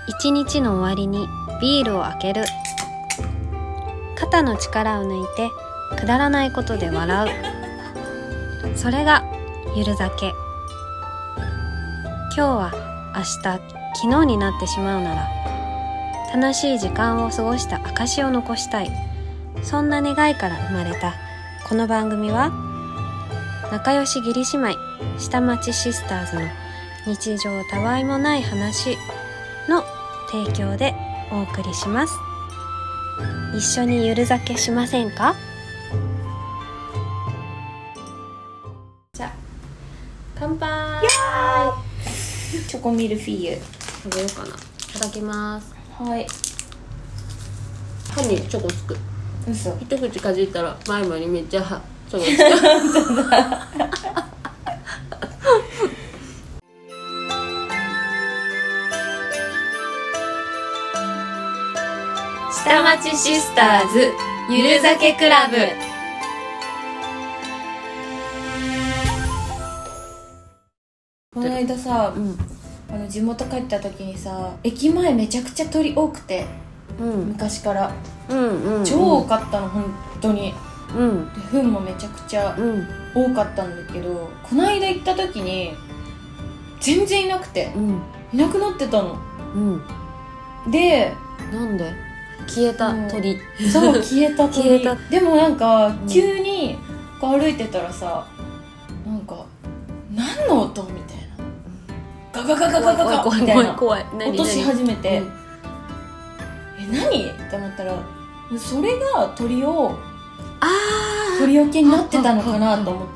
一日の終わりにビールを開ける。肩の力を抜いてくだらないことで笑う。それがゆる酒。今日は明日昨日になってしまうなら楽しい時間を過ごした証を残したい、そんな願いから生まれたこの番組は、仲良し義理姉妹下町シスターズの日常たわいもない話の提供でお送りします。一緒にゆる酒しませんか？じゃあ乾杯。 チョコミルフィーユ食べようかな。いただきます。 はい。 歯にチョコつく。 嘘。 一口かじったら前にめっちゃ歯チョコつく。下町シスターズゆる酒クラブ。 この間さ、地元帰った時にさ、駅前めちゃくちゃ鳥多くて、昔から、超多かったの本当に、で糞もめちゃくちゃ多かったんだけど、この間行った時に全然いなくて、いなくなってたの、で、 なんで消えた鳥。 そう消えた鳥。 消えた。 でもなんか急にこう歩いてたらさ、なんか何の音みたいな、ガガガガガガガみたいな音し始めて、何って思ったら、それが鳥よけになってたのかなと思って。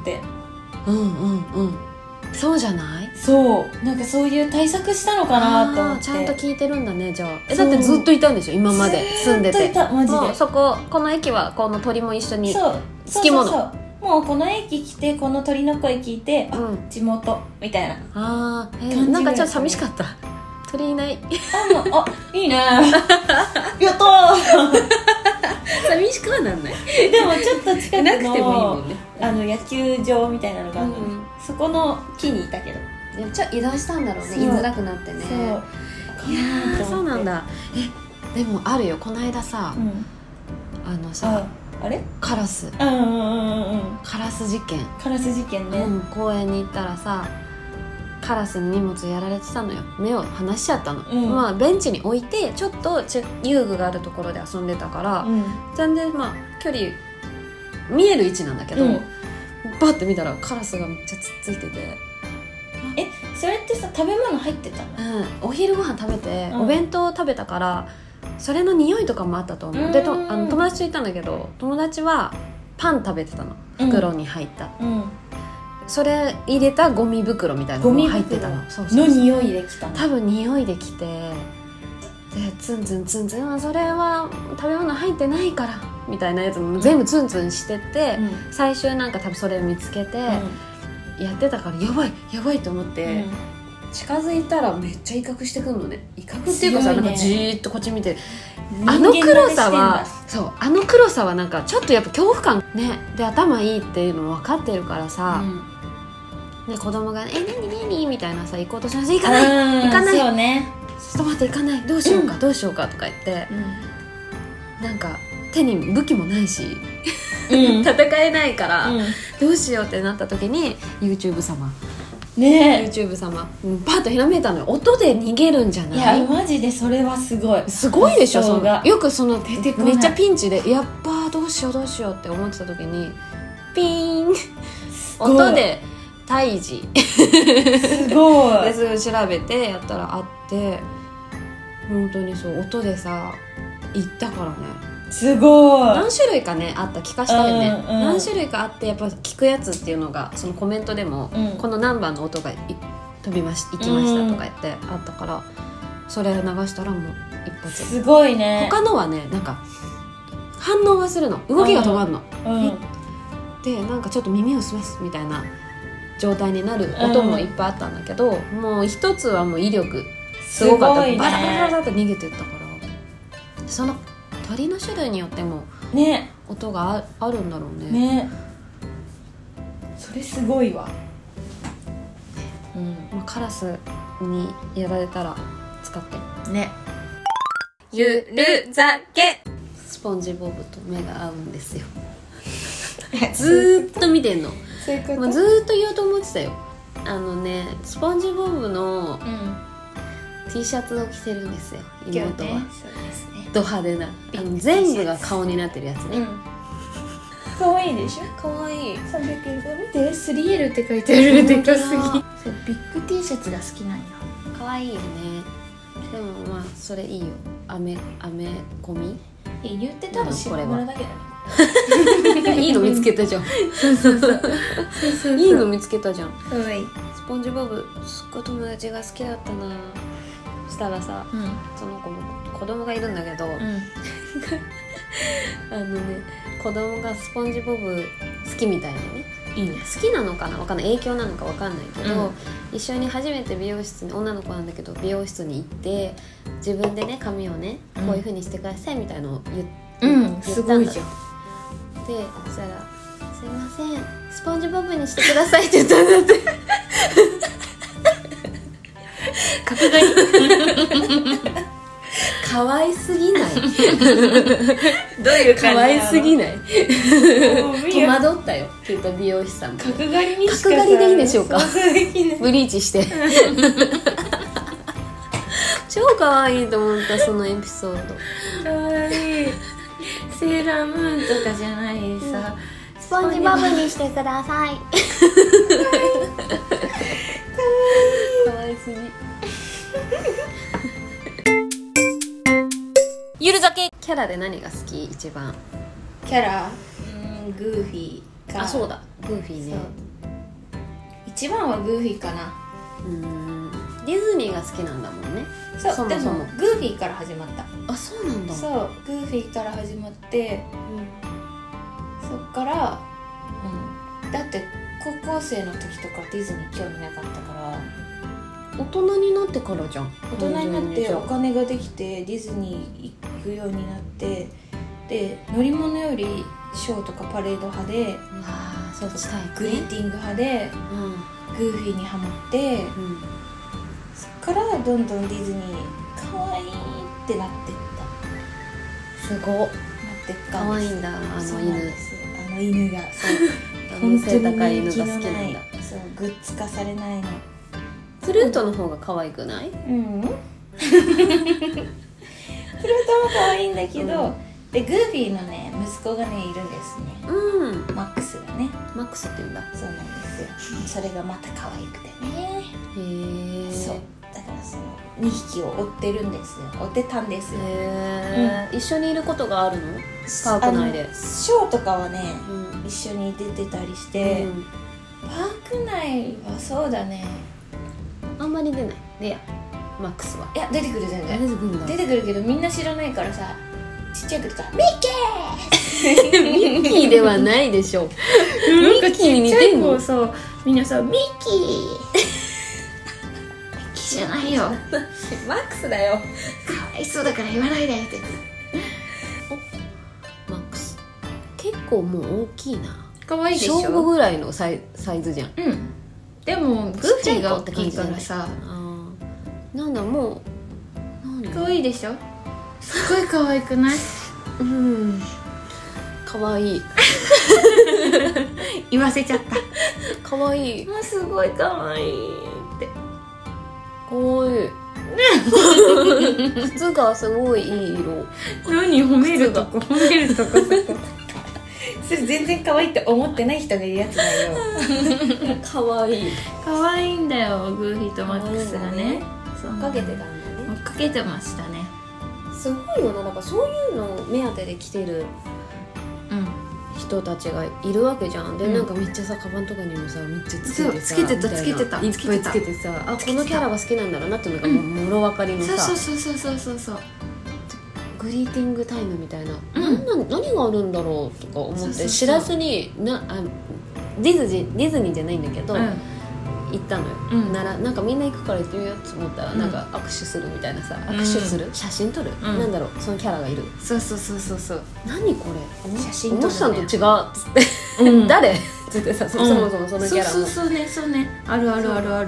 そうじゃない？ そう、なんかそういう対策したのかなと思って。 ちゃんと聞いてるんだね。じゃあだってずっといたんでしょ今まで住んでて。 ずっといた、マジで。 もうそこ、この駅はこの鳥も一緒にそう好きもの。 そうもうこの駅来てこの鳥の声聞いて、地元みたいな。 なんかちょっと寂しかった。鳥いない。 いいね。やったー。 寂しくはなんない。 でもちょっと近くのなくてもいいもんね。 野球場みたいなのがあるの、そこの木にいたけど、 ちょっと移動したんだろうね。居づらくなってね。 そう、 いやー、そうなんだ。でもあるよ。この間さ、 あれカラス、カラス事件。 カラス事件ね。 公園に行ったらさ、カラスに荷物やられてたのよ。目を離しちゃったの、まあベンチに置いてちょっと遊具があるところで遊んでたから、全然距離見える位置なんだけど、バッて見たらカラスがめっちゃつっついてて。 それってさ、食べ物入ってたの？ お昼ご飯食べて、お弁当を食べたからそれの匂いとかもあったと思う。で友達と行ったんだけど、友達はパン食べてたの、袋に入った、それ入れたゴミ袋みたいなのも入ってたの。 の匂いできたの。 多分匂いできて、でツンツンツンツン、それは食べ物入ってないからみたいなやつも全部ツンツンしてて、最終なんか多分それを見つけてやってたから、やばいやばいと思って、近づいたらめっちゃ威嚇してくんのね。威嚇っていうかさ、なんかじーっとこっち見て、あの黒さはなんかちょっとやっぱ恐怖感ね。で頭いいっていうのも分かってるからさ、で子供が何みたいなさ、行こうとします。行かない行かない、 そうね、 ちょっと待って、行かない、どうしようかどうしようかとか言って、なんか手に武器もないし、戦えないから、どうしようってなった時に YouTube 様ね、YouTube 様パッとひらめいたのよ。音で逃げるんじゃない？ いやマジでそれはすごい、 すごいでしょ。よく出てこない、 めっちゃピンチでやっぱどうしようって思ってた時にピーン音で退治すごいですぐ調べてやったらあって、本当にそう音でさ行ったからね。 すごい。 何種類かねあった、聞かしたよね、何種類かあって、やっぱ聞くやつっていうのがそのコメントでも、この何番の音が行きましたとか言ってあったから、それ流したらもう一発。 すごいね。 他のはね、なんか反応はするの、動きが止まるの、でなんかちょっと耳を澄ますみたいな状態になる音もいっぱいあったんだけど、もう一つはもう威力すごかった。バタバタバタって逃げてったから、その鳥の種類によってもね音が あるんだろうね。 それすごいわ。 カラスにやられたら使ってね。ゆる酒。 スポンジボブと目が合うんですよずーっと見てんの。 そういうこと、 まあ、ずーっと言おうと思ってたよ。スポンジボブの T シャツを着てるんですよ、妹は。 そうですね。 ド派手な全部が顔になってるやつね。 可愛いでしょ。 可愛い。 300円。見て 3L って書いてある。でかすぎ。そうビッグ T シャツが好きなんよ。 可愛いよね。でもまあそれいいよ。アメコミ。 言ってたの島村だけどね。 いいの見つけたじゃん。いいの見つけたじゃん。 可愛い。 スポンジボブすっごい友達が好きだったな。そしたらさ、その子も子供がいるんだけど、子供がスポンジボブ好きみたいなね。 いいね。 好きなのかな、わかんない、影響なのかわかんないけど、一緒に初めて美容室に、女の子なんだけど美容室に行って自分でね髪をねこういう風にしてくださいみたいのを言ったんだ。 すごいじゃん。 でそしたらすいませんスポンジボブにしてくださいって言ったんだって角刈り可愛すぎないどういう感じ可愛すぎない戸戸惑ったよきっと美容師さんも。 角刈りにしか角刈りでいいんでしょうかブリーチして超可愛いと思ったそのエピソード。 可愛い。セーラームーンとかじゃないさ、 スポンジボブにしてください可愛すぎ。 ゆる酒。 キャラで何が好き一番？ キャラグーフィーか。 あ、そうだグーフィーね。 一番はグーフィーかな。 ディズニーが好きなんだもんね。 そう、 そもそもでもグーフィーから始まった。 あ、そうなんだ。 そうグーフィーから始まって、そっから、だって高校生の時とかディズニー興味なかったから。 大人になってからじゃん。 大人になってお金ができてディズニー行くようになって、で乗り物よりショーとかパレード派で、 そっちタイプグリーティング派で、グーフィーにハマって、そっからどんどんディズニーかわいいってなってった。 すごっ。 なってったんです。 かわいいんだあの犬。 あの犬が本当に高い犬が好きなんだ。 そうグッズ化されないの。 フルートの方が可愛くない？ フルートも可愛いんだけど、でグーフィーのね息子がねいるんですね。マックスがね。 マックスって言うんだ。 そうなんですよ。それがまた可愛くてね。 へえ。 そうだからその2匹を追ってるんですよ。追ってたんですよ。 一緒にいることがあるの？パーク内で。 ショーとかはね、一緒に出てたりして、パーク内はそうだね。 あんまり出ない。レアマックスは。 いや出てくる全然。 出てくるんだ。 出てくるけどみんな知らないからさ、ちっちゃい子とかミッケーミッキーではないでしょ。ミッキーに似てんの？ そうみんなさミッキーミッキーじゃないよマックスだよ。 かわいそうだから言わないでってマックス結構もう大きいな。 かわいいでしょ。 小5ぐらいのサイズじゃん。 でもグーフィーが大きいからさ、 なんだもうかわいいでしょ。すごいかわいくない？ かわいい言わせちゃったかわいい。 もうすごいかわいいって。 かわいい靴がすごいいい色。 何褒めるとこそこそれ全然可愛いって思ってない人がいるやつだよかわいい。 可愛いんだよグーフィーとマックスがね。 追っかけてたんだね。 追っかけてましたね。 すごいよな。だからそういうのを目当てで来てる人たちがいるわけじゃん。でなんかめっちゃさカバンとかにもさめっちゃつけてさ、 つけてたつけてたいっぱいつけてさ、あこのキャラが好きなんだろうなっていうのがもろ分かりのさ、 そうグリーティングタイムみたいな、何があるんだろうとか思って知らずにディズニーじゃないんだけど、行ったのよ、なんかみんな行くから行ってみようと思ったら、なんか握手するみたいなさ、握手する写真撮る、なんだろうそのキャラがいる。 そう何これ写真撮るね。 おもしさんと違うっつって誰っつってさ、そもそもそのキャラもそうねある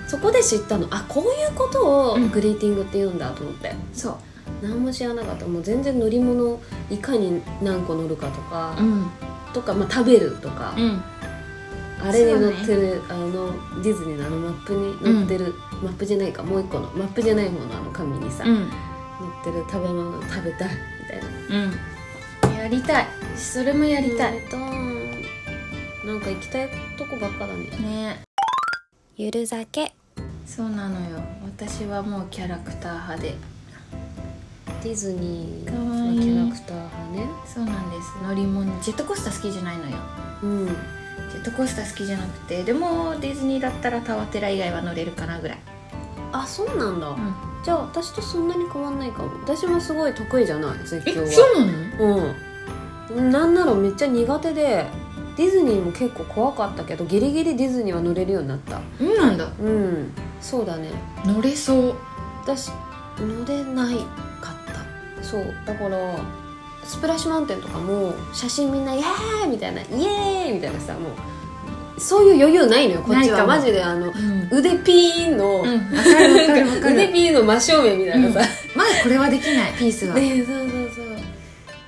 そこで知ったの、あ、こういうことをグリーティングって言うんだと思って、 そう何も知らなかった。もう全然乗り物いかに何個乗るかとか、とか、まあ、食べるとか、あれに載ってる、ディズニーのマップに載ってる、マップじゃないか、もう一個のマップじゃない方の紙にさ、載ってる食べ物食べたいみたいな、 やりたい、それもやりたい、 なんか行きたいとこばっかだね。ゆる酒。 そうなのよ、私はもうキャラクター派で、 ディズニーのキャラクター派ね。 そうなんです。乗り物、ジェットコースター好きじゃないのよ。ジェットコースター好きじゃなくて、でもディズニーだったらタワテラ以外は乗れるかなぐらい。 あ、そうなんだ、じゃあ私とそんなに変わんないかも。私もすごい得意じゃない、絶叫は。 そうなの？ なんならめっちゃ苦手で、ディズニーも結構怖かったけど、ギリギリディズニーは乗れるようになった。 なんだ。 そうだね。 乗れそう。 私乗れないかった。そうだからスプラッシュマウンテンとかも写真みんなイエーイみたいな、イエーイみたいなさ、もうそういう余裕ないのよ、こっちは。マジで腕ピーンの、腕ピーンの真正面みたいなさ、 まだこれはできない、ピースは。 そう。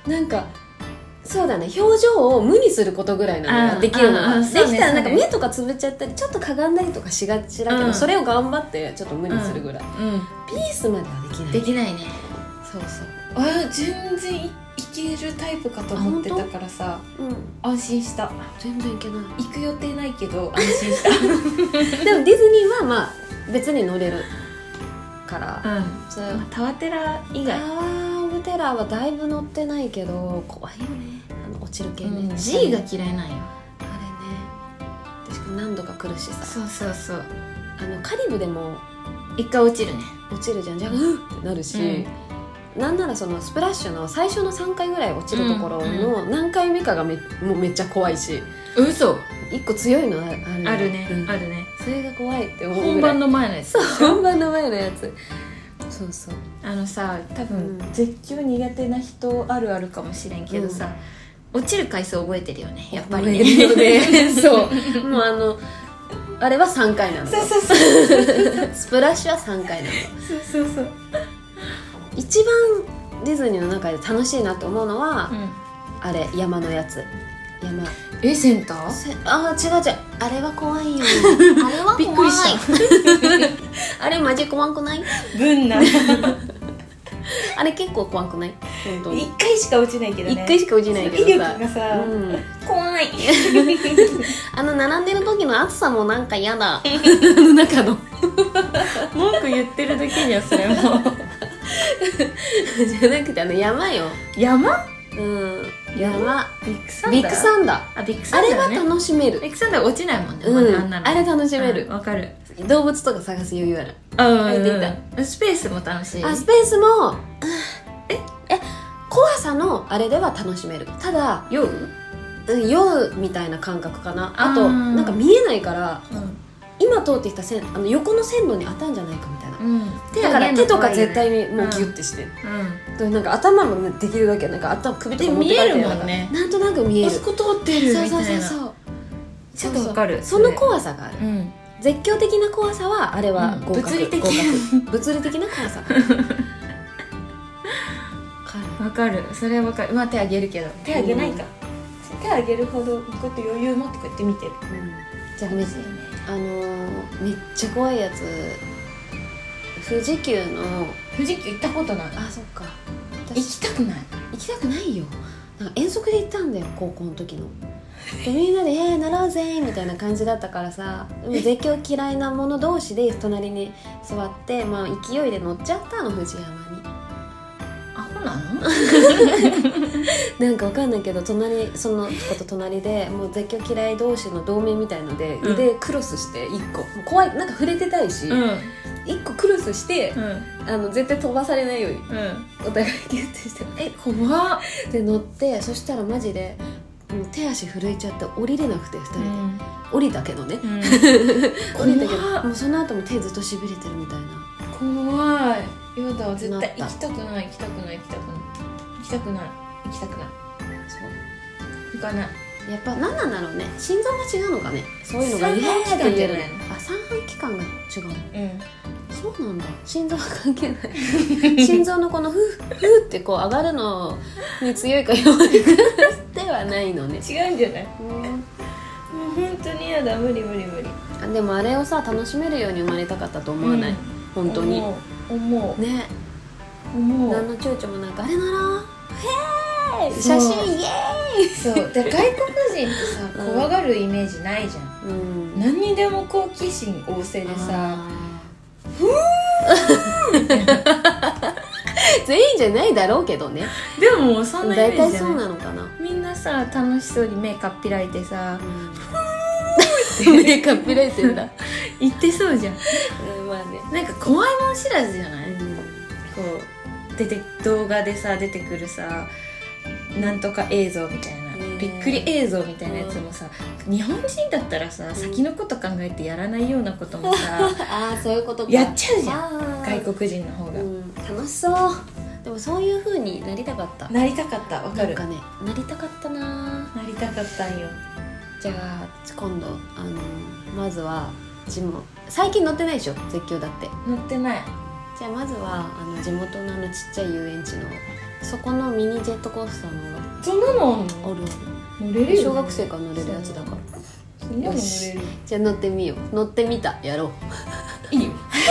なんかそうだね、表情を無にすることぐらいなのができるのが、できたらなんか目とかつぶっちゃったりちょっとかがんだりとかしがちだけど、それを頑張ってちょっと無にするぐらい、ピースまではできない。 できないね。 そうそう。 全然いけるタイプかと思ってたからさ、安心した。 全然いけない。 行く予定ないけど安心した。 でもディズニーはまあ別に乗れるから、 タワテラ以外、 タワーオブテラーはだいぶ乗ってないけど怖いよね、落ちる系ね。 G が嫌いなんよ、 あれね。しかも何度か来るしさ。 そうカリブでも一回落ちるね。 落ちるじゃん、じゃあってなるし、なんならそのスプラッシュの最初の3回ぐらい落ちるところの何回目かがもうめっちゃ怖いし。 嘘。 一個強いのあるね、あるね。 それが怖いって思うぐらい。 本番の前のやつ。 そう、本番の前のやつ。そうそう。 さ、多分、絶叫苦手な人あるあるかもしれんけどさ、落ちる回数覚えてるよね、やっぱりね。 そうもうあれは3回なの。そうスプラッシュは3回なの。 そう一番ディズニーの中で楽しいなと思うのは、あれ山のやつ。 センター？ 違う、あれは怖いよ。あれは怖い。 びっくりしたあれマジ怖くない？ ブンナあれ結構怖くない？本当に 1回しか落ちないけどね。 1回しか落ちないけどさ、 威力がさ、怖い。 並んでる時の暑さもなんか嫌だ。中の文句言ってるだけにはそれもじゃなくて山よ。 山？ 山。 ビッグサンダー。 あれは楽しめる。 ビッグサンダー落ちないもんね。 あれ楽しめる。 わかる。 動物とか探す余裕ある。 スペースも楽しい。 スペースも怖さのあれでは楽しめる。ただ酔うみたいな感覚かな。あとなんか見えないから、今通ってきた横の線路に当たんじゃないかみたいな。だから手とか絶対にもうギュッてして、なんか頭もできるだけなんか首とか持ってかれてるもんね。なんとなく見える。 あそこ通ってるみたいな。 そうちょっとわかる。 その怖さがある。絶叫的な怖さはあれは合格。物理的な怖さ。 わかる。それはわかる。まあ手あげるけど。手あげないか。手あげるほどこうやって余裕持ってこうやって見てる。 じゃあめっちゃ怖いやつ。富士急行ったことない。 そっか。 行きたくないよ。なんか遠足で行ったんだよ、高校の時の。でみんなで乗ろうぜみたいな感じだったからさ、絶叫嫌いな者同士で隣に座って、勢いで乗っちゃったの、富士山に。 アホなの？ なんかわかんないけど、その子と隣でもう絶叫嫌い同士の同盟みたいので、腕クロスして1個怖い、なんか触れてたいし、1個クロスして、絶対飛ばされないように、お互いギュッてして、 怖っで乗って、そしたらマジでもう手足震えちゃって降りれなくて、2人で、降りたけどね、降りたけどもうその後も手ずっとしびれてるみたいな。 怖い。やだ、絶対行きたくない。 そう行かない。 やっぱ何なんだろうね、心臓が違うのかね、そういうのが日本期間って言えるの。三半期間が違うの、そうなんだ、心臓は関係ない心臓のこのフーってこう上がるのに強いか弱いかではないのね。 違うんじゃない？もう本当にやだ、無理。 でもあれをさ楽しめるように生まれたかったと思わない？本当に思うね。 思う。 何の躊躇もなくあれならへー写真イエーイ。 そうだ、外国人ってさ怖がるイメージないじゃん、何にでも好奇心旺盛でさふー全員じゃないだろうけどね。 でもそんなイメージじゃない？ 大体そうなのかな。 みんなさ楽しそうに目かっぴらいてさ、 目かっぴらいてんだ言ってそうじゃん、 まあね、 なんか怖いもん知らずじゃない、こう動画でさ出てくるさなんとか映像みたいな、びっくり映像みたいなやつもさ、日本人だったらさ、先のこと考えてやらないようなこともさあ、そういうことか、 やっちゃうじゃん外国人の方が、 楽しそう。でもそういう風になりたかった。 なりたかった、わかる。 なんかね、なりたかったな。 なりたかったんよ。 じゃあ今度まずは最近乗ってないでしょ、絶叫だって。 乗ってない。 じゃあまずは地元のちっちゃい遊園地のそこのミニジェットコースターのそんなのあんの？乗れるよ、 小学生から乗れるやつだから。 そんなの乗れる。 じゃあ乗ってみよう。乗ってみた、やろういいよ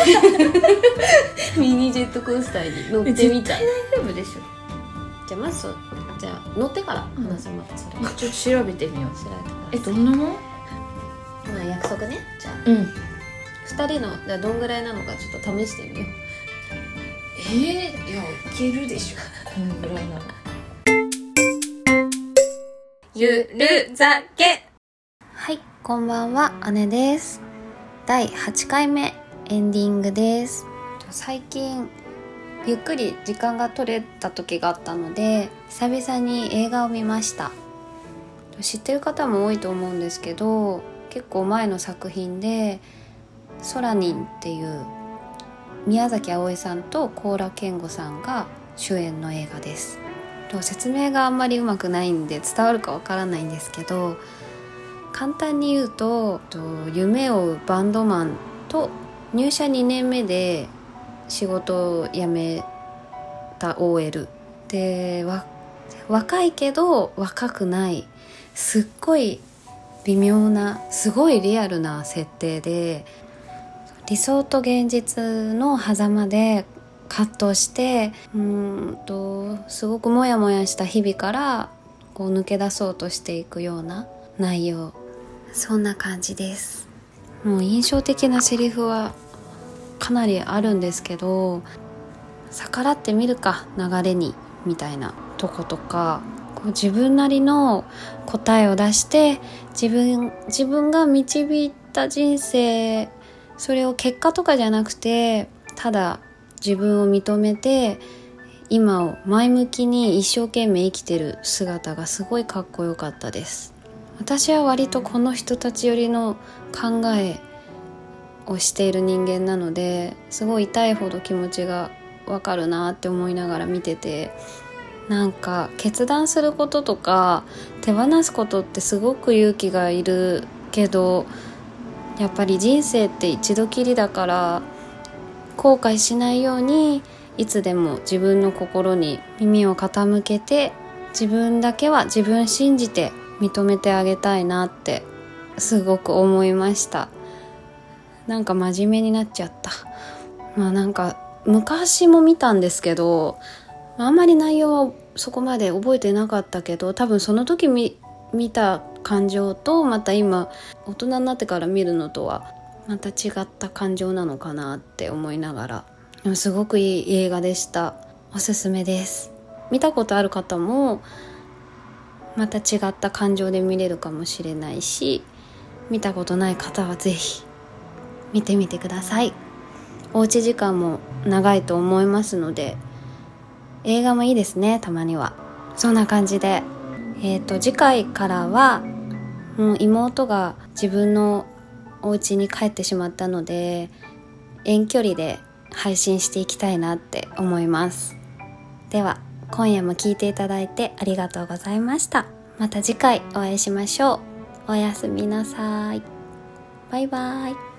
ミニジェットコースターに乗ってみた。 絶対大丈夫でしょ。 じゃあまずじゃあ乗ってから話そう。またそれちょっと調べてみよう。 調べてどんなもん？ まあ約束ね。じゃあ2人のじゃあどんぐらいなのかちょっと試してみよう。 いやいけるでしょこんぐらいなの。ゆる酒。 はい、こんばんは、姉です。第8回目エンディングです。最近ゆっくり時間が取れた時があったので久々に映画を見ました。知ってる方も多いと思うんですけど、結構前の作品でソラニンっていう宮崎あおいさんと高良健吾さんが主演の映画です。説明があんまりうまくないんで伝わるかわからないんですけど、簡単に言うと夢を追うバンドマンと入社2年目で仕事を辞めた OL で、若いけど若くない、すっごい微妙な、すごいリアルな設定で、理想と現実の狭間で葛藤してすごくモヤモヤした日々からこう抜け出そうとしていくような内容、そんな感じです。もう印象的なセリフはかなりあるんですけど、逆らってみるか流れにみたいなとことか、こう自分なりの答えを出して自分が導いた人生、それを結果とかじゃなくてただ自分を認めて今を前向きに一生懸命生きてる姿がすごいかっこよかったです。私は割とこの人たち寄りの考えをしている人間なので、すごい痛いほど気持ちがわかるなって思いながら見てて、なんか決断することとか手放すことってすごく勇気がいるけど、やっぱり人生って一度きりだから後悔しないようにいつでも自分の心に耳を傾けて、自分だけは自分信じて認めてあげたいなってすごく思いました。なんか真面目になっちゃった。なんか昔も見たんですけど、あんまり内容はそこまで覚えてなかったけど、多分その時見た感情とまた今大人になってから見るのとはまた違った感情なのかなって思いながら、でもすごくいい映画でした。おすすめです。見たことある方もまた違った感情で見れるかもしれないし、見たことない方はぜひ見てみてください。おうち時間も長いと思いますので、映画もいいですね、たまには。そんな感じで次回からはもう妹が自分のお家に帰ってしまったので、遠距離で配信していきたいなって思います。では今夜も聞いていただいてありがとうございました。 また次回お会いしましょう。おやすみなさい。バイバイ。